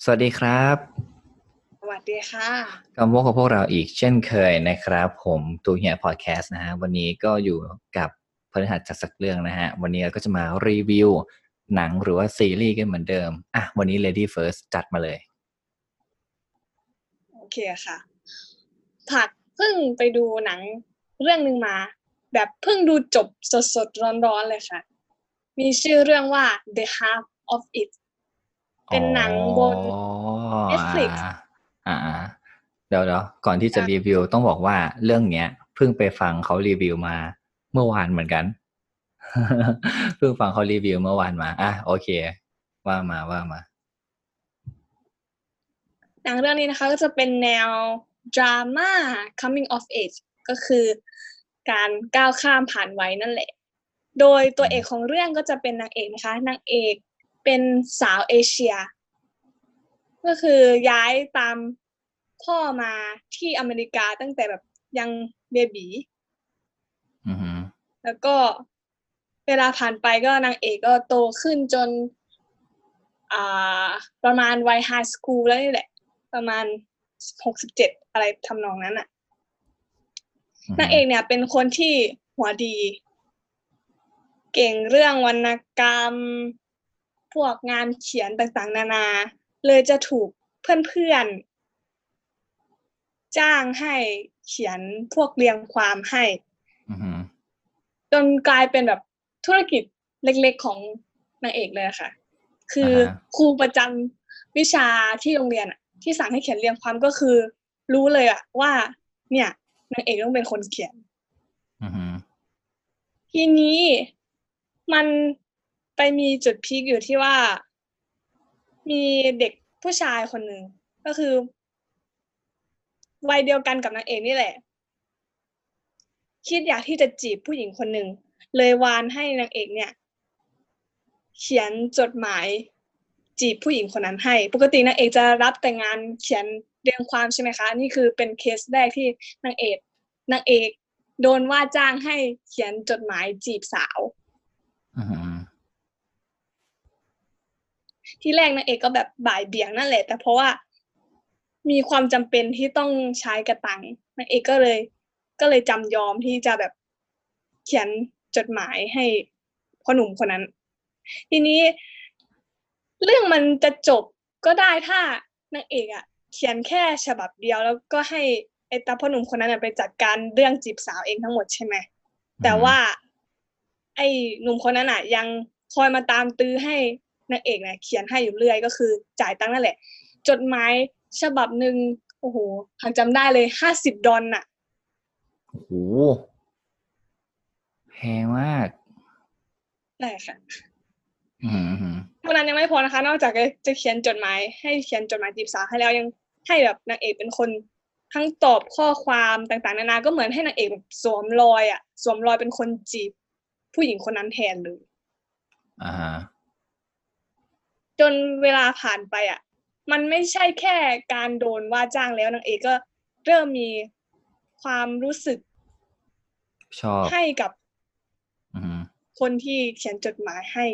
สวัสดีครับสวัสดีค่ะกลับมาพบกับพวกเราอีกเช่นเคยนะครับผมตูเหียพอดแคสต์นะฮะวันนี้ก็อยู่กับพฤหัสจัดสักเรื่องนะฮะวันนี้เราก็จะมารีวิวหนังหรือว่าซีรีส์กันเหมือนเดิมอ่ะวันนี้ Lady First จัดมาเลยโอเคค่ะผักเพิ่งไปดูหนังเรื่องหนึ่งมาแบบเพิ่งดูจบสดๆร้อนๆเลยค่ะมีชื่อเรื่องว่า The Half of It อ๋อเป็นหนังบน Netflix อ่าเดี๋ยวก่อนที่จะรีอ่าวิวต้องบอกว่าเรื่องเนี้ยเพิ่งไปฟังเขารีวิวมาเมื่อวานเหมือนกันเพิ่งฟังเขารีวิวเมื่อวานมาอ่ะโอเคว่ามาหนังเรื่องนี้นะคะก็จะเป็นแนวดราม่า coming of age ก็คือการก้าวข้ามผ่านวัยนั่นแหละโดยตัวเอกของเรื่องก็จะเป็นนางเอกนะคะนางเอกเป็นสาวเอเชีย ก็คือย้ายตามพ่อมาที่อเมริกาตั้งแต่แบบยังเบบีอือหือแล้วก็เวลาผ่านไปก็นางเอกก็โตขึ้นจนอ่าประมาณวัยไฮสคูลแล้วนี่แหละประมาณ67อะไรทำนองนั้นน่ะอือหือนางเอกเนี่ยเป็นคนที่หัวดีเก่งเรื่องวรรณกรรมพวกงานเขียนต่างๆนานาเลยจะถูกเพื่อนๆจ้างให้เขียนพวกเรียงความให้อือหือจนกลายเป็นแบบธุรกิจเล็กๆของนางเอกเลยค่ะ คืออ่าฮะครูประจำวิชาที่โรงเรียนอะที่สั่งให้เขียนเรียงความก็คือรู้เลยอะว่าเนี่ยนางเอกต้องเป็นคนเขียนอือหือทีนี้มันไปมีจุดพีคอยู่ที่ว่ามีเด็กผู้ชายคนหนึ่งก็คือวัยเดียวกันกับนางเอกนี่แหละคิดอยากที่จะจีบผู้หญิงคนหนึ่งเลยวานให้นางเอกเนี่ย เขียนจดหมายจีบผู้หญิงคนนั้นให้ปกตินางเอกจะรับแต่งานเขียนเรียงความใช่ไหมคะนี่คือเป็นเคสแรกที่นางเอกโดนว่าจ้างให้เขียนจดหมายจีบสาวอือหือที่แรกนางเอกก็แบบบ่ายเบี่ยงนั่นแหละแต่เพราะว่ามีความจำเป็นที่ต้องใช้กระตังนางเอกก็เลยจำยอมที่จะแบบเขียนจดหมายให้พ่อหนุ่มคนนั้นทีนี้เรื่องมันจะจบก็ได้ถ้านางเอกอ่ะเขียนแค่ฉบับเดียวแล้วก็ให้ไอ้ตาพ่อหนุ่มคนนั้นไปจัดการเรื่องจีบสาวเองทั้งหมดใช่ไหมอือหือแต่ว่าไอ้หนุ่มคนนั้นอ่ะยังคอยมาตามตื้อให้นางเอกเนี่ยเขียนให้อยู่เรื่อยก็คือจ่ายตังค์นั่นแหละจดหมายฉบับหนึ่งโอ้โหพังจำได้เลย50 ดอลน่ะโอ้โหแพงมากใช่ค่ะอือหืออือหือเท่านั้นยังไม่พอนะคะนอกจากจะเขียนจดหมายให้เขียนจดหมายจีบสาวให้แล้วยังให้แบบนางเอกเป็นคนทั้งตอบข้อความต่างๆนานาก็เหมือนให้นางเอกแบบสวมรอยอ่ะสวมรอยเป็นคนจีบผู้หญิงคนนั้นแทนเลยอ่าฮะจนเวลาผ่านไปอ่ะมันไม่ใช่แค่การโดนว่าจ้างแล้วนางเอกก็เริ่มมีความรู้สึกชอบให้กับอือหือคนที่เขียนจดหมายให้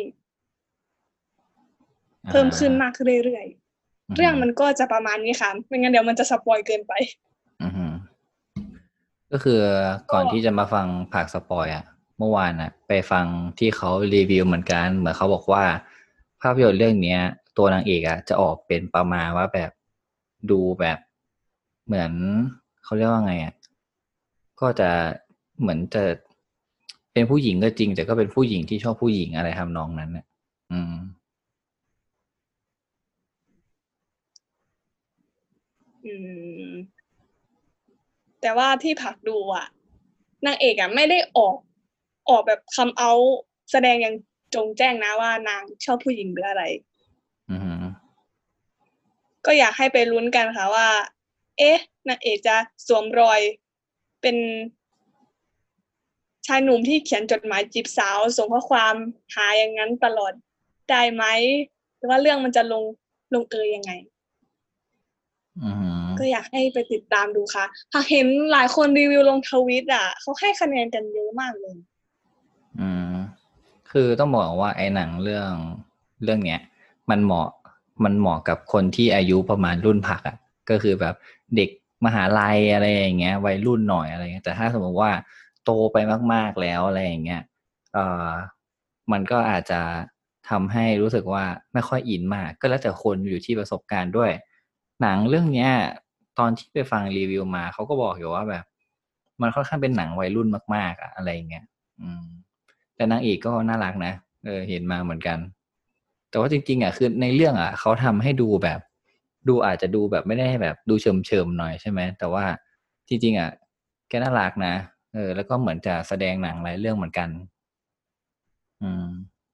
อ่เพิ่มขึ้นามากเรื่อยอืๆเรื่องอหือมันก็จะประมาณนี้ค่ะไม่งั้นเดี๋ยวมันจะสปอยเกินไปอือหือก็คือก่ก็อนที่จะมาฟังผักสปอยอ่ะเมื่อวานอ่ะไปฟังที่เขารีวิวเหมือนกันเหมือนเขาบอกว่าภาพยนตร์เรื่องเนี้ยตัวนางเอกอ่ะจะออกเป็นประมาณว่าแบบดูแบบเหมือนเขาเรียกว่าไงอ่ะก็จะเหมือนจะเป็นผู้หญิงก็จริงแต่ก็เป็นผู้หญิงที่ชอบผู้หญิงอะไรทำนองนั้นเนี่ยอืมอืม แต่ว่าที่ผักดูอ่ะนางเอกอ่ะไม่ได้ออกแบบคัมเอาท์แสดงอย่างจงแจ้งนะว่านางชอบผู้หญิงหรืออะไรอืมก็อยากให้ไปลุ้นกันค่ะว่าเอ๊ะนางเอกจะสวมรอยเป็นชายหนุ่มที่เขียนจดหมายจีบสาวส่งข้อความหาอย่างนั้นตลอดได้ไหมหรือว่าเรื่องมันจะลงเอยยังไงอืมก็อยากให้ไปติดตามดูค่ะหากเห็นหลายคนรีวิวลงทวิตอ่ะเขาให้คะแนนกันเยอะมากเลยอืมคือต้องบอกว่าไอ้หนังเรื่องเนี้ยมันเหมาะมันเหมาะกับคนที่อายุประมาณรุ่นผักอ่ะก็คือแบบเด็กมหาลัยอะไรอย่างเงี้ยวัยรุ่นหน่อยอะไรเงี้ยแต่ถ้าสมมติว่าโตไปมากๆแล้วอะไรอย่างเงี้ยเอ่อมันก็อาจจะทำให้รู้สึกว่าไม่ค่อยอินมากก็แล้วแต่คนอยู่ที่ประสบการณ์ด้วยหนังเรื่องเนี้ยตอนที่ไปฟังรีวิวมาเขาก็บอกอยู่ว่าแบบมันค่อนข้างเป็นหนังวัยรุ่นมากๆอะอะไรอย่างเงี้ยอืมแต่นางเอกก็น่ารักนะเห็นมาเหมือนกันแต่ว่าจริงๆอ่ะคือในเรื่องอ่ะเขาทำให้ดูแบบดูอาจจะดูแบบไม่ได้แบบดูเฉิมๆหน่อยใช่ไหมแต่ว่าจริงๆอ่ะแกน่ารักนะแล้วก็เหมือนจะแสดงหนังหลายเรื่องเหมือนกันอืม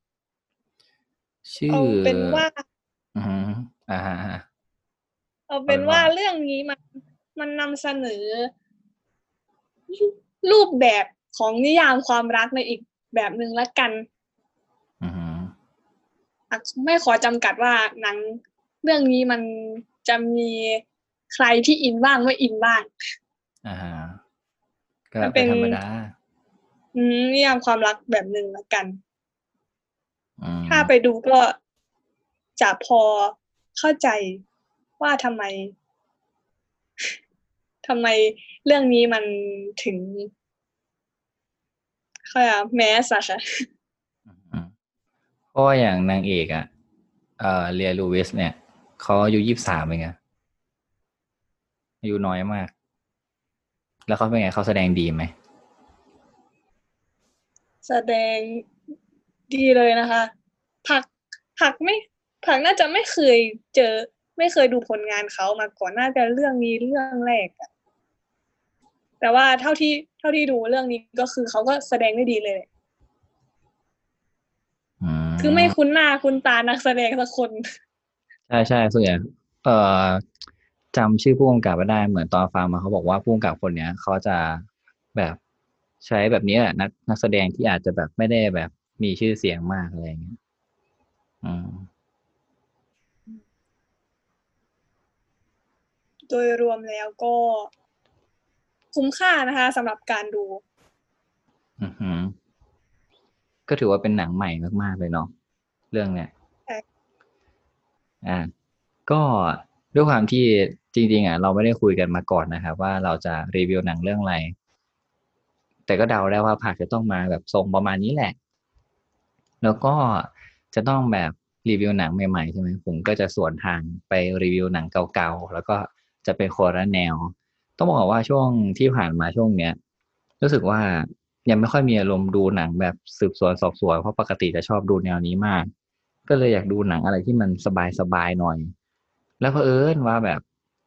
ชื่อเอาเป็นว่าอือฮึฮะเอาเอาเป็นว่าเป็นว่าเรื่องนี้มันนำเสนอรูปแบบของนิยามความรักในอีกแบบหนึ่งละกันอือฮึไม่ขอจำกัดว่าหนังเรื่องนี้มันจะมีใครที่อินบ้างไม่อินบ้างอ่าฮะก็มันเป็นเป็นธรรมดานิยามความรักแบบหนึ่งละกันอืถ้าไปมดูก็จะพอเข้าใจว่าทำไมเรื่องนี้มันถึงเขาเรียกแมสอะค่ะอืมเพราะว่าอย่างนางเอกอ่ะเรียลูวิสเนี่ยเขาอายุ23เองอะอายุน้อยมากแล้วเขาเป็นไงเขาแสดงดีไหมแสดงดีเลยนะคะผักผักไม่ผักน่าจะไม่เคยเจอไม่เคยดูผลงานเขามาก่อนน่าจะเรื่องนี้เรื่องแรกอะแต่ว่าเท่าที่ดูเรื่องนี้ก็คือเขาก็แสดงได้ดีเลยอืคือไม่คุ้มนหน้าคุ้นตานักแสดงสักคนใช่ใช่ส่วนใหญ่เอ่อจำชื่อผู้กำกับไม่ได้เหมือนตอนฟังมาเขาบอกว่าผู้กำกับคนเนี้ยเขาจะแบบใช้แบบนี้แหละนักแสดงที่อาจจะแบบไม่ได้แบบมีชื่อเสียงมากอะไรอย่างเงี้ยอืมโดยรวมแล้วก็คุ้มค่านะคะสำหรับการดูอือหือก็ถือว่าเป็นหนังใหม่มากๆเลยเนาะเรื่องเนี้ยอ่า ก็ด้วยความที่จริงๆอ่ะเราไม่ได้คุยกันมาก่อนนะครับว่าเราจะรีวิวหนังเรื่องอะไรแต่ก็เดาได้ว่าผักจะต้องมาแบบทรงประมาณนี้แหละแล้วก็จะต้องแบบรีวิวหนังใหม่ๆใช่ไหมผมก็จะสวนทางไปรีวิวหนังเก่าๆแล้วก็จะเป็นคนละแนวต้องบอกว่าช่วงที่ผ่านมาช่วงเนี้ยรู้สึกว่ายังไม่ค่อยมีอารมณ์ดูหนังแบบสืบสวนสอบสวนเพราะปกติจะชอบดูแนวนี้มากก็เลยอยากดูหนังอะไรที่มันสบายๆหน่อย แล้วเผอิญว่าแบบ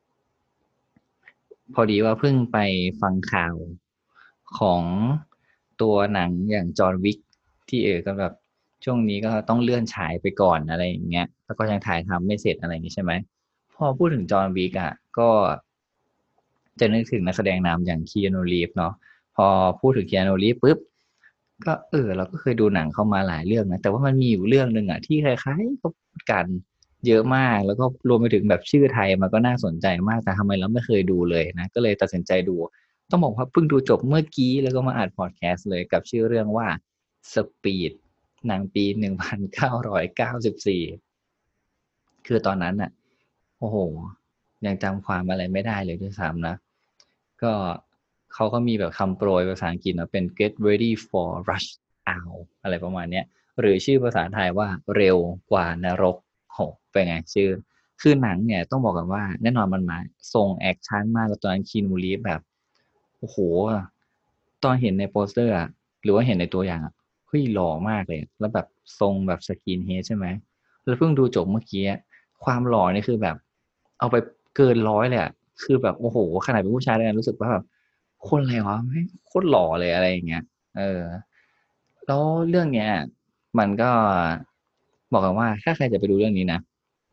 พอดีว่าเพิ่งไปฟังข่าวของตัวหนังอย่างจอห์นวิกที่ก็แบบช่วงนี้ก็ต้องเลื่อนฉายไปก่อนอะไรอย่างเงี้ยแล้วก็ยังถ่ายทำไม่เสร็จอะไรอย่างงี้ใช่ไหมพอพูดถึงจอห์นวิกอ่ะก็จะนึกถึงนักแสดงนำอย่างคีอานูรีฟเนาะพอพูดถึงคีอานูรีฟปุ๊บก็เราก็เคยดูหนังเข้ามาหลายเรื่องนะแต่ว่ามันมีอยู่เรื่องหนึ่งอ่ะที่คล้ายๆก็พูดกัน เยอะมากแล้วก็รวมไปถึงแบบชื่อไทยมันก็น่าสนใจมากแต่ทำไมเราไม่เคยดูเลยนะก็เลยตัดสินใจดูต้องบอกว่าเพิ่งดูจบเมื่อกี้แล้วก็มาอัดพอดแคสต์เลยกับชื่อเรื่องว่า Speed หนังปี1994คือตอนนั้นน่ะโอ้โหยังจำความอะไรไม่ได้เลยด้วยซ้ำนะก็เขาก็มีแบบคำโปรยภาษาอังกฤษนะเป็น get ready for rush hour อะไรประมาณเนี้ย หรือชื่อภาษาไทยว่าเร็วกว่านรกโหเป็นไงชื่อคือหนังเนี่ยต้องบอกกันว่าแน่นอนมันมาทรงแอคชั่นมากแล้วตอนนั้นคีนูรีฟแบบโอ้โหตอนเห็นในโปสเตอร์อะหรือว่าเห็นในตัวอย่างอะเฮ้ยหล่อมากเลยแล้วแบบทรงแบบสกินเฮดใช่ไหมแล้วเพิ่งดูจบเมื่อกี้ความหล่อนี่คือแบบเอาไปเกิน100เลยอะคือแบบโอ้โหขนาดเป็นผู้ชายเลยนะรู้สึกว่าแบบคนอะไรวะไม่โคตรหล่อเลยอะไรอย่างเงี้ยแล้วเรื่องเนี้ย มันก็บอกกันว่าถ้าใครจะไปดูเรื่องนี้นะ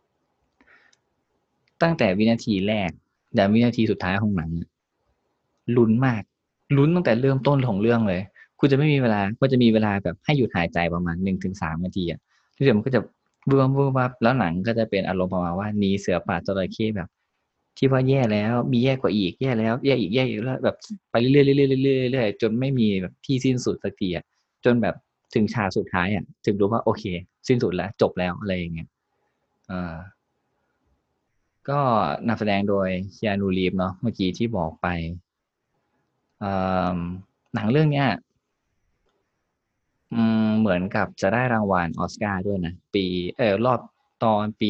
ตั้งแต่วินาทีแรกยันวินาทีสุดท้ายของหนังลุ้นมากลุ้นตั้งแต่เริ่มต้นของเรื่องเลยคุณจะไม่มีเวลาก็จะมีเวลาแบบให้หยุดหายใจประมาณ1 ถึง 3 นาทีอ่ะที่เดี๋ยวมันก็จะวืบวับแล้วหนังก็จะเป็นอารมณ์ประมาณว่าหนีเสือป่าจระเข้แบบที่ว่าแย่แล้วมีแย่กว่าอีกแย่แล้วแย่อีกแย่อีกแล้วแบบไปเรื่อยๆเรื่อยๆเรื่อยๆเรื่อยๆจนไม่มีแบบที่สิ้นสุดสักทีอ่ะจนแบบถึงฉากสุดท้ายอ่ะถึงรู้ว่าโอเคสิ้นสุดแล้วจบแล้วอะไรอย่างเงี้ยอ่าก็นำแสดงโดยคีอานูรีฟเนาะเมื่อกี้ที่บอกไปเอ่อหนังเรื่องเนี้ยเหมือนกับจะได้รางวัลออสการ์ด้วยนะปีรอบตอนปี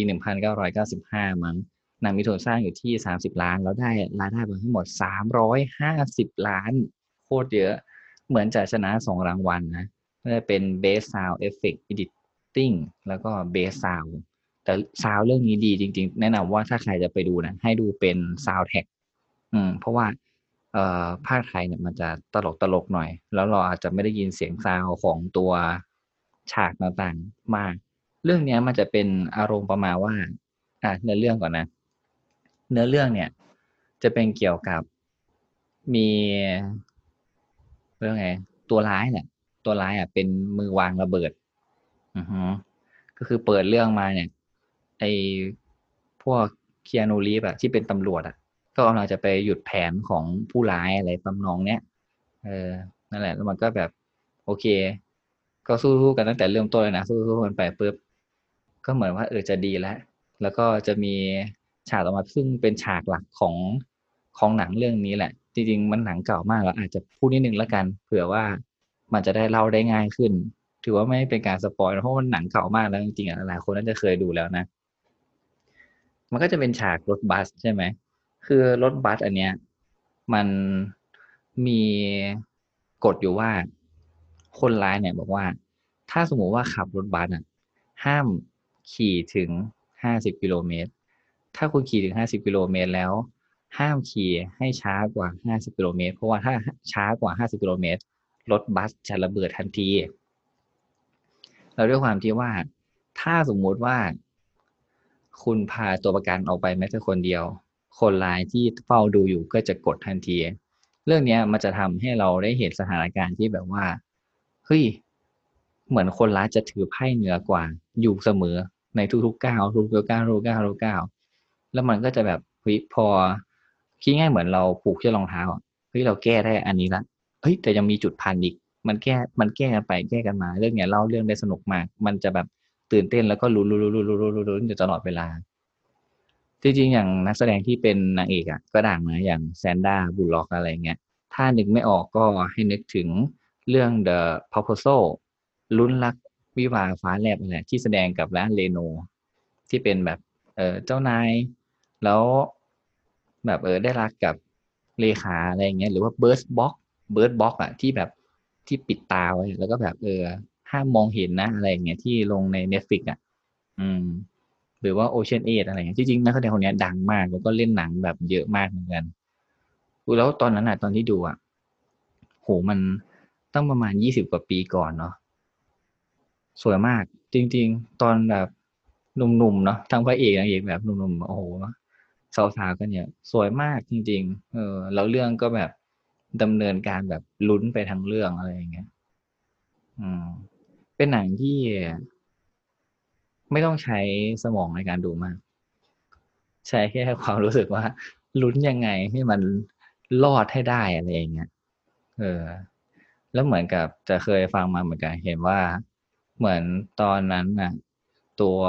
1995มั้งหนังมีทุนสร้างอยู่ที่30 ล้านแล้วได้รายได้ไปทั้งหมด350 ล้านโคตรเยอะเหมือนจะชนะ2 รางวัลนะน่าจะเป็น Best Sound Effect Editing แล้วก็ Best Sound แต่ซาวเรื่องนี้ดีจริงๆแนะนำว่าถ้าใครจะไปดูนะให้ดูเป็นซาวด์แท็กเพราะว่าภาคไทยเนี่ยมันจะตลกหน่อยแล้วเราอาจจะไม่ได้ยินเสียงซาวของตัวฉากต่างๆมากเรื่องนี้มันจะเป็นอารมณ์ประมาณว่าเนื้อเรื่องก่อนนะเนื้อเรื่องเนี่ยจะเป็นเกี่ยวกับมีเรื่องไงตัวร้ายแหละตัวร้ายเป็นมือวางระเบิดอือฮึก็คือเปิดเรื่องมาเนี่ยไอพวกเคียนูรีฟที่เป็นตำรวจก็กำลังจะไปหยุดแผนของผู้ร้ายอะไรทำนองเนี้ยเออนั่นแหละแล้วมันก็แบบโอเคก็สู้กันตั้งแต่เริ่มต้นเลยนะสู้กันไปปุ๊บก็เหมือนว่าจะดีแล้วก็จะมีฉากออกมาซึ่งเป็นฉากหลักของหนังเรื่องนี้แหละจริงๆมันหนังเก่ามากแล้วอาจจะพูดนิดนึงแล้วกันเผื่อว่ามันจะได้เล่าได้ง่ายขึ้นถือว่าไม่เป็นการสปอยเพราะมันหนังเก่ามากแล้วจริงๆหลายคนน่าจะเคยดูแล้วนะ มันก็จะเป็นฉากรถบัสใช่ไหม คือรถบัสอันเนี้ยมันมีกฎอยู่ว่าคนร้ายเนี่ยบอกว่าถ้าสมมติว่าขับรถบัสห้ามขี่ถึง50 กิโลเมตรถ้าคุณขี่ถึง50 กิโลเมตรแล้วห้ามขี่ให้ช้ากว่า50 กิโลเมตรเพราะว่าถ้าช้ากว่า50 กิโลเมตรรถบัสจะระเบิดทันทีแล้วด้วยความที่ว่าถ้าสมมุติว่าคุณพาตัวประกันออกไปแม้แต่คนเดียวคนร้ายที่เฝ้าดูอยู่ก็จะกดทันทีเรื่องนี้มันจะทำให้เราได้เห็นสถานการณ์ที่แบบว่าเฮ้ยเหมือนคนร้ายจะถือไพ่เหนือกว่าอยู่เสมอในทุกๆก้าวทุกๆก้าวทุกๆก้าวแล้วมันก็จะแบบเฮ้ยพอคิดง่ายเหมือนเราผูกเชือกรองเท้าเฮ้ยเราแก้ได้อันนี้ละเฮ้ยแต่ยังมีจุดพันอีกมันแก้กันไปแก้กันมาเรื่องเนี้ยเล่าเรื่องได้สนุกมากมันจะแบบตื่นเต้นแล้วก็ลุ้นอยู่ตลอดเวลาจริงๆอย่างนักแสดงที่เป็นนางเอกก็ดังนะอย่างแซนด้าบูลล็อกอะไรเงี้ยถ้านึกไม่ออกก็ให้นึกถึงเรื่อง The Proposal ลุ้นรักวิวาห์ฟ้าแลบอะไรที่แสดงกับร้านเรโนที่เป็นแบบเจ้านายแล้วแบบได้รักกับเลขาอะไรอย่างเงี้ยหรือว่าเบิร์ดบ็อกที่แบบที่ปิดตาไว้แล้วก็แบบห้ามมองเห็นนะอะไรอย่างเงี้ยที่ลงใน Netflix อืมหรือว่า Ocean 8อะไรเงี้ยจริงๆนักแสดงคนนี้ดังมากแล้วก็เล่นหนังแบบเยอะมากเหมือนกันแล้วตอนนั้นตอนที่ดูโหมันต้องประมาณ20 กว่าปีก่อนเนาะสวยมากจริงๆตอนแบบหนุ่มๆเนาะทั้งพระเอกนางเอกแบบหนุ่มๆโอ้โหสาวๆกันเนี่ยสวยมากจริงๆแล้วเรื่องก็แบบดำเนินการแบบลุ้นไปทั้งเรื่องอะไรอย่างเงี้ยอืมเป็นหนังที่ไม่ต้องใช้สมองในการดูมาก ใช้แค่ความรู้สึกว่าลุ้นยังไงให้มันรอดให้ได้อะไรอย่างเงี้ยเออแล้วเหมือนกับจะเคยฟังมาเหมือนกันเห็นว่าเหมือนตอนนั้นตัว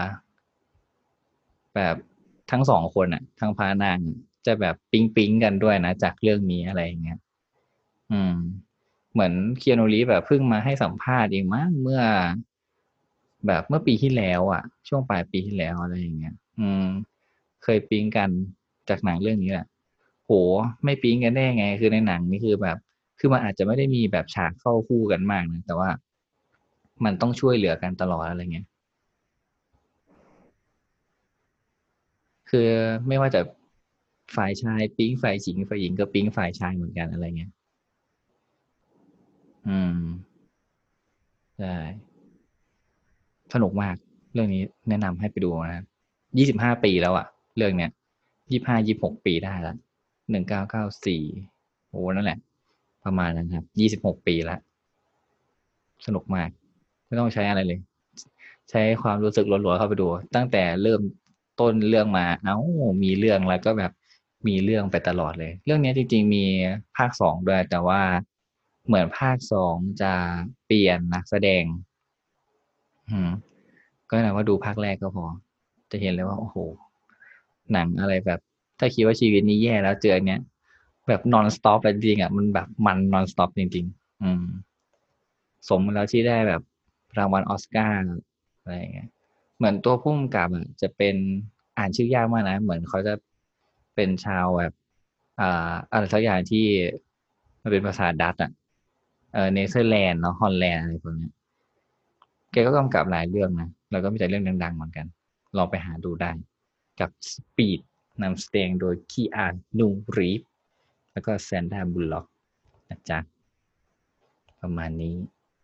แบบทั้งสองคนทั้งพระนางจะแบบปิ๊งกันด้วยนะจากเรื่องนี้อะไรอย่างเงี้ยอืมเหมือนเคียนูรีฟแบบเพิ่งมาให้สัมภาษณ์เองมั้งเมื่อแบบเมื่อปีที่แล้วช่วงปลายปีที่แล้วอะไรอย่างเงี้ยเคยปิ๊งกันจากหนังเรื่องนี้แหละโหไม่ปิ๊งกันได้ไงคือในหนังนี่คือแบบคือมันอาจจะไม่ได้มีแบบฉากเข้าคู่กันมากนะแต่ว่ามันต้องช่วยเหลือกันตลอดอะไรเงี้ยคือไม่ว่าจะฝ่ายชายปิ๊งฝ่ายหญิงก็ปิ๊งฝ่ายชายเหมือนกันอะไรเงี้ยอืมใช่สนุกมากเรื่องนี้แนะนำให้ไปดูนะ25 ปีแล้วเรื่องเนี้ย25-26 ปีได้แล้ว1994โอ้นั่นแหละประมาณนั้นครับ26 ปีแล้วสนุกมากไม่ต้องใช้อะไรเลยใช้ความรู้สึกล้วนๆเข้าไปดูตั้งแต่เริ่มต้นเรื่องมามีเรื่องแล้วก็แบบมีเรื่องไปตลอดเลยเรื่องนี้จริงๆมีภาค 2ด้วยแต่ว่าเหมือนภาค 2จะเปลี่ยนนักแสดงอืมก็แนะนำว่าดูภาคแรกก็พอจะเห็นเลยว่าโอ้โหหนังอะไรแบบถ้าคิดว่าชีวิตนี้แย่แล้วเจออันเนี้ยแบบนอนสต็อปจริงๆอ่ะมันแบบมันนอนสต็อปจริงๆสมแล้วที่ได้แบบรางวัลออสการ์อะไรอย่างเงี้ยเหมือนตัวผู้กำกับอ่ะจะเป็นอ่านชื่อยากมากนะเหมือนเขาจะเป็นชาวแบบอะไรสักอย่างที่มันเป็นภาษาดัตช์อ่ะเนเธอร์แลนด์เนาะฮอลแลนด์อะไรพวกเนี้ยแกก็กำกับหลายเรื่องนะแล้วก็มีแต่เรื่องดังๆเหมือนกันลองไปหาดูได้กับสปีดนำแสดงโดยคีอานูรีฟแล้วก็แซนดราบุลล็อกนะจ๊ะประมาณนี้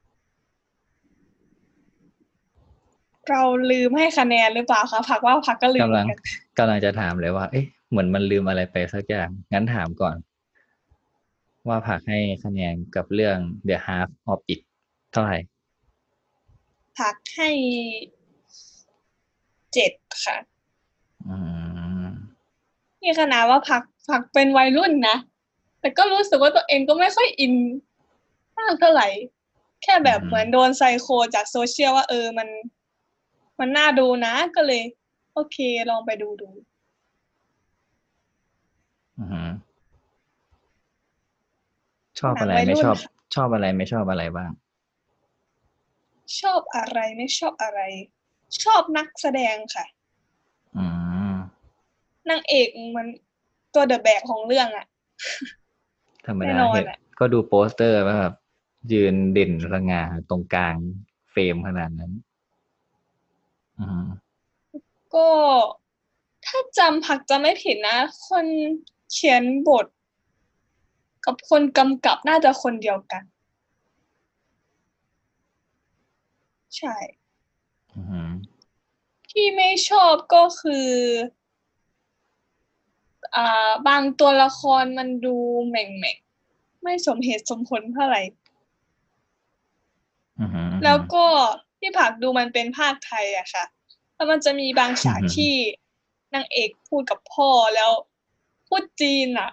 เราลืมให้คะแนนหรือเปล่าคะผักว่าผักก็ลืมกำลังเหมือนกันกำลังจะถามเลยว่าเอ๊ะเหมือนมันลืมอะไรไปสักอย่างงั้นถามก่อนว่าผักให้คะแนนกับเรื่อง The Half of It เท่าไหร่ผักให้7ค่ะอืมนี่ขนาดว่าผักเป็นวัยรุ่นนะแต่ก็รู้สึกว่าตัวเองก็ไม่ค่อยอินมากเท่าไหร่แค่แบบเหมือนโดนไซโคจากโซเชียลว่ามันน่าดูนะก็เลยโอเคลองไปดูอืมชอบหนัอะไรไม่ชอบงวัยรุ่นค่ะชอบอะไรไม่ชอบอะไรบ้างชอบอะไรไม่ชอบอะไรชอบนักแสดงค่ะอืมนางเอกมันตัวเดอะแบกของเรื่องอะธรรมแน่ดาเห็นนอนอะก็ดูโปสเตอร์ว่าแบบยืนเด่นสง่าตรงกลางเฟรมขนาดนั้นอืมก็ถ้าจำผักจะไม่ผิดนะคนเขียนบทกับคนกำกับน่าจะคนเดียวกันใช่อืมที่ไม่ชอบก็คือบางตัวละครมันดูแหม่งๆไม่สมเหตุสมผลเท่าไหร่อืมอืแล้วมก็ที่ผักดูมันเป็นภาคไทยอะค่ะแล้วมันจะมีบางอืฉากมที่นางเอกพูดกับพ่อแล้วพูดจีนอะ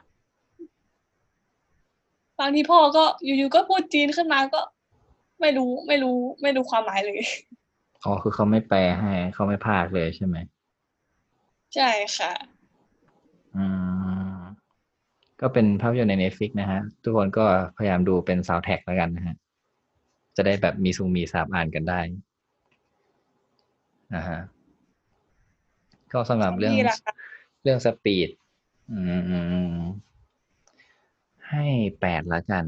บางทีพ่อก็อยู่ๆก็พูดจีนขึ้นมาก็ไม่รู้ความหมายเลยอ๋อคือเขาไม่แปลให้เขาไม่พากย์เลยใช่ไหมใช่ค่ะอืมก็เป็นภาพยนตร์ใน Netflix นะฮะทุกคนก็พยายามดูเป็นซาวด์แทร็กแล้วกันนะฮะจะได้แบบมีซุงมีซับอ่านกันได้นะฮะ ก็สำหรับซอมบี้ล่ะคะเรื่องสปีดอืมให้8ละกัน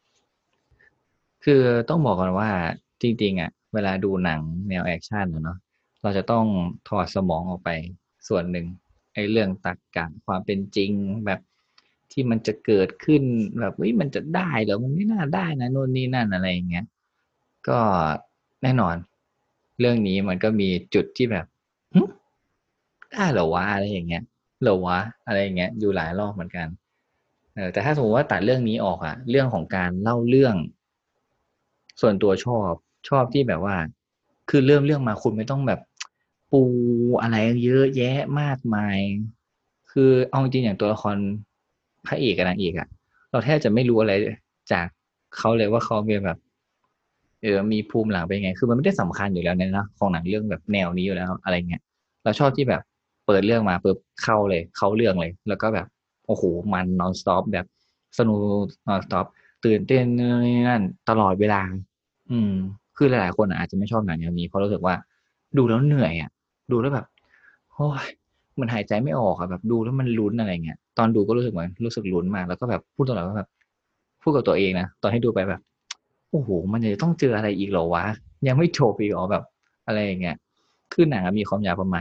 คือต้องบอกก่อนว่าจริงๆอ่ะเวลาดูหนังแนวแอคชั่นอะเนาะเราจะต้องถอดสมองออกไปส่วนหนึ่งไอ้เรื่องตรรกะความเป็นจริงแบบที่มันจะเกิดขึ้นแบบเฮ้ยมันจะได้เหรอมันไม่น่าได้นะโน่นนี่นั่นอะไรอย่างเงี้ยก็แน่นอนเรื่องนี้มันก็มีจุดที่แบบหึ ได้เหรอวะอะไรอย่างเงี้ยเหรอวะอะไรอย่างเงี้ยอยู่หลายรอบเหมือนกันแต่ถ้าสมมติว่าตัดเรื่องนี้ออกอะเรื่องของการเล่าเรื่องส่วนตัวชอบที่แบบว่าคือเริ่มเรื่องมาคุณไม่ต้องแบบปูอะไรเยอะแยะมากมายคือเอาจริงอย่างตัวละครพระเอกกับนางเอกอะเราแทบจะไม่รู้อะไรจากเขาเลยว่าเขาเป็นแบบมีภูมิหลังเป็นไงคือมันไม่ได้สำคัญอยู่แล้วเนี่ยนะของหนังเรื่องแบบแนวนี้อยู่แล้วอะไรเงี้ย เราชอบที่แบบเปิดเรื่องมาปุ๊บเข้าเลยเข้าเรื่องเลยแล้วก็แบบโอ้โหมันนอนสต็อปแบบสนุกนอนสต็อปตื่นเต้นนี่นั่นตลอดเวลาอืมคือหลายๆคนอาจจะไม่ชอบหนังแนวนี้เพราะรู้สึกว่าดูแล้วเหนื่อยอ่ะดูแล้วแบบโอ้ยมันหายใจไม่ออกอะแบบดูแล้วมันลุ้นอะไรเงี้ยตอนดูก็รู้สึกเหมือนรู้สึกลุ้นมากแล้วก็แบบพูดตลอดว่าแบบพูดกับตัวเองนะตอนให้ดูไปแบบโอ้โหมันจะต้องเจออะไรอีกเหรอวะยังไม่จบอีกเหรอแบบอะไรอย่างเงี้ย คือหนังมีความยาวประมาณ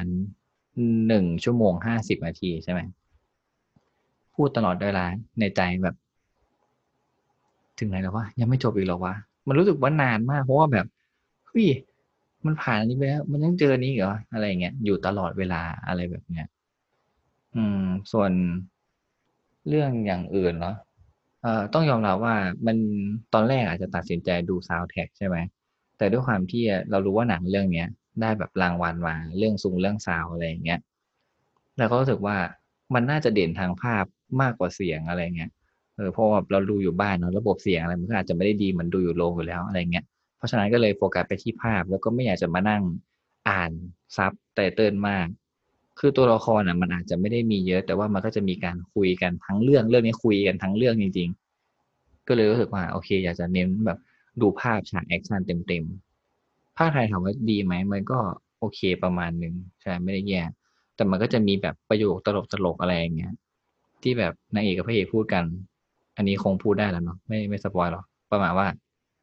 1 ชั่วโมง 50 นาทีใช่ไหมพูดตลอดเวลาในใจแบบถึงไหนแล้ววะยังไม่จบอีกเหรอวะมันรู้สึกว่านานมากเพราะว่าแบบเฮ้ยมันผ่านอันนี้ไปแล้วมันยังเจออันนี้อีกเหรออะไรอย่างเงี้ยอยู่ตลอดเวลาอะไรแบบเนี้ยอืมส่วนเรื่องอย่างอื่นเนาะต้องยอมรับว่ามันตอนแรกอาจจะตัดสินใจดูซาวด์แทร็กใช่ไหมแต่ด้วยความที่เรารู้ว่าหนังเรื่องเนี้ยได้แบบรางวัลมาเรื่องซุงเรื่องซาวด์อะไรอย่างเงี้ย แล้วก็รู้สึกว่ามันน่าจะเด่นทางภาพมากกว่าเสียงอะไรเงี้ยเพราะว่าเราดูอยู่บ้านเนาะระบบเสียงอะไรมันก็อาจจะไม่ได้ดีเหมือนดูอยู่โรงอยู่แล้วอะไรเงี้ยเพราะฉะนั้นก็เลยโฟกัสไปที่ภาพแล้วก็ไม่อยากจะมานั่งอ่านซับไตเติลมากคือตัวละครมันอาจจะไม่ได้มีเยอะแต่ว่ามันก็จะมีการคุยกันทั้งเรื่องนี้คุยกันทั้งเรื่องจริงๆก็เลยรู้สึกว่าโอเคอยากจะเน้นแบบดูภาพฉากแอคชั่นเต็มๆภาคไทยถามว่าดีไหมมันก็โอเคประมาณนึงใช่ไม่ได้แย่แต่มันก็จะมีแบบประโยคตลกๆอะไรอย่างเงี้ยที่แบบนางเอกกับพระเอกพูดกันอันนี้คงพูดได้แล้วเนาะไม่สปอยหรอกประมาณว่า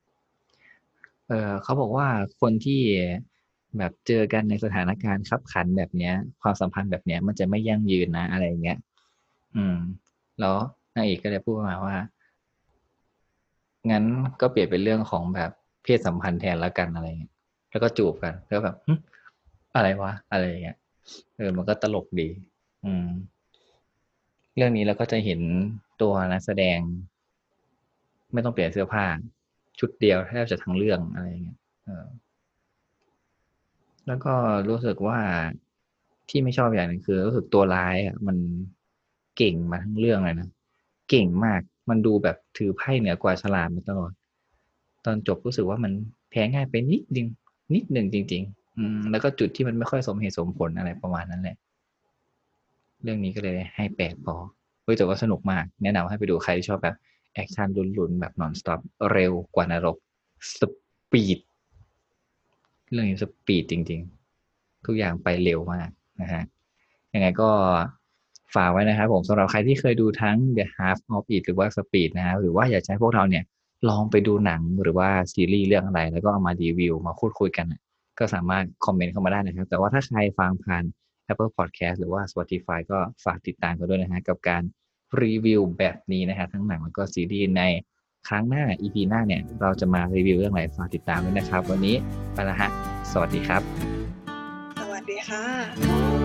เขาบอกว่าคนที่แบบเจอกันในสถานการณ์คับขันแบบเนี้ยความสัมพันธ์แบบเนี้ยมันจะไม่ยั่งยืนนะอะไรอย่างเงี้ยอืมแล้วนางเอกก็เลยพูดมาว่างั้นก็เปลี่ยนเป็นเรื่องของแบบเพศสัมพันธ์แทนแล้วกันอะไรเงี้ยแล้วก็จูบกันแล้วแบบอะไรวะอะไรอย่างเงี้ยมันก็ตลกดีอืมเรื่องนี้เราก็จะเห็นตัวนักแสดงไม่ต้องเปลี่ยนเสื้อผ้าชุดเดียวแทบจะทั้งเรื่องอะไรอย่างเงี้ยเออ แล้วก็รู้สึกว่าที่ไม่ชอบอย่างหนึงคือรู้สึกตัวร้ายมันเก่งมาทั้งเรื่องเลยนะเก่งมากมันดูแบบถือไพ่เหนือกว่าฉลาดมาตลอดตอนจบรู้สึกว่ามันแพ้ง่ายไปนิดนึงจริงๆแล้วก็จุดที่มันไม่ค่อยสมเหตุสมผลอะไรประมาณนั้นแหละเรื่องนี้ก็เลยให้8พอเฮ้ยแต่ว่าสนุกมากแนะนำให้ไปดูใครที่ชอบแบบแอคชั่นลุ้นๆแบบนอนสต็อปเร็วกว่านรกสปีด เรื่องนี้สปีดจริงๆทุกอย่างไปเร็วมากนะฮะยังไงก็ฝากไว้นะครับผมสำหรับใครที่เคยดูทั้ง The Half of It หรือว่า Speed นะฮะหรือว่าอยากจะให้พวกเราเนี่ยลองไปดูหนังหรือว่าซีรีส์เรื่องอะไรแล้วก็เอามารีวิวมาพูดคุยกันก็สามารถคอมเมนต์เข้ามาได้นะครับแต่ว่าถ้าใครฟังผ่าน Apple Podcast หรือว่า Spotify ก็ฝากติดตามกันด้วยนะฮะกับการรีวิวแบบนี้นะฮะทั้งหนังแล้วก็ซีรีส์ในครั้งหน้า EP หน้าเนี่ยเราจะมารีวิวเรื่องอะไรฝากติดตามด้วยนะครับวันนี้ไปละฮะสวัสดีครับสวัสดีค่ะ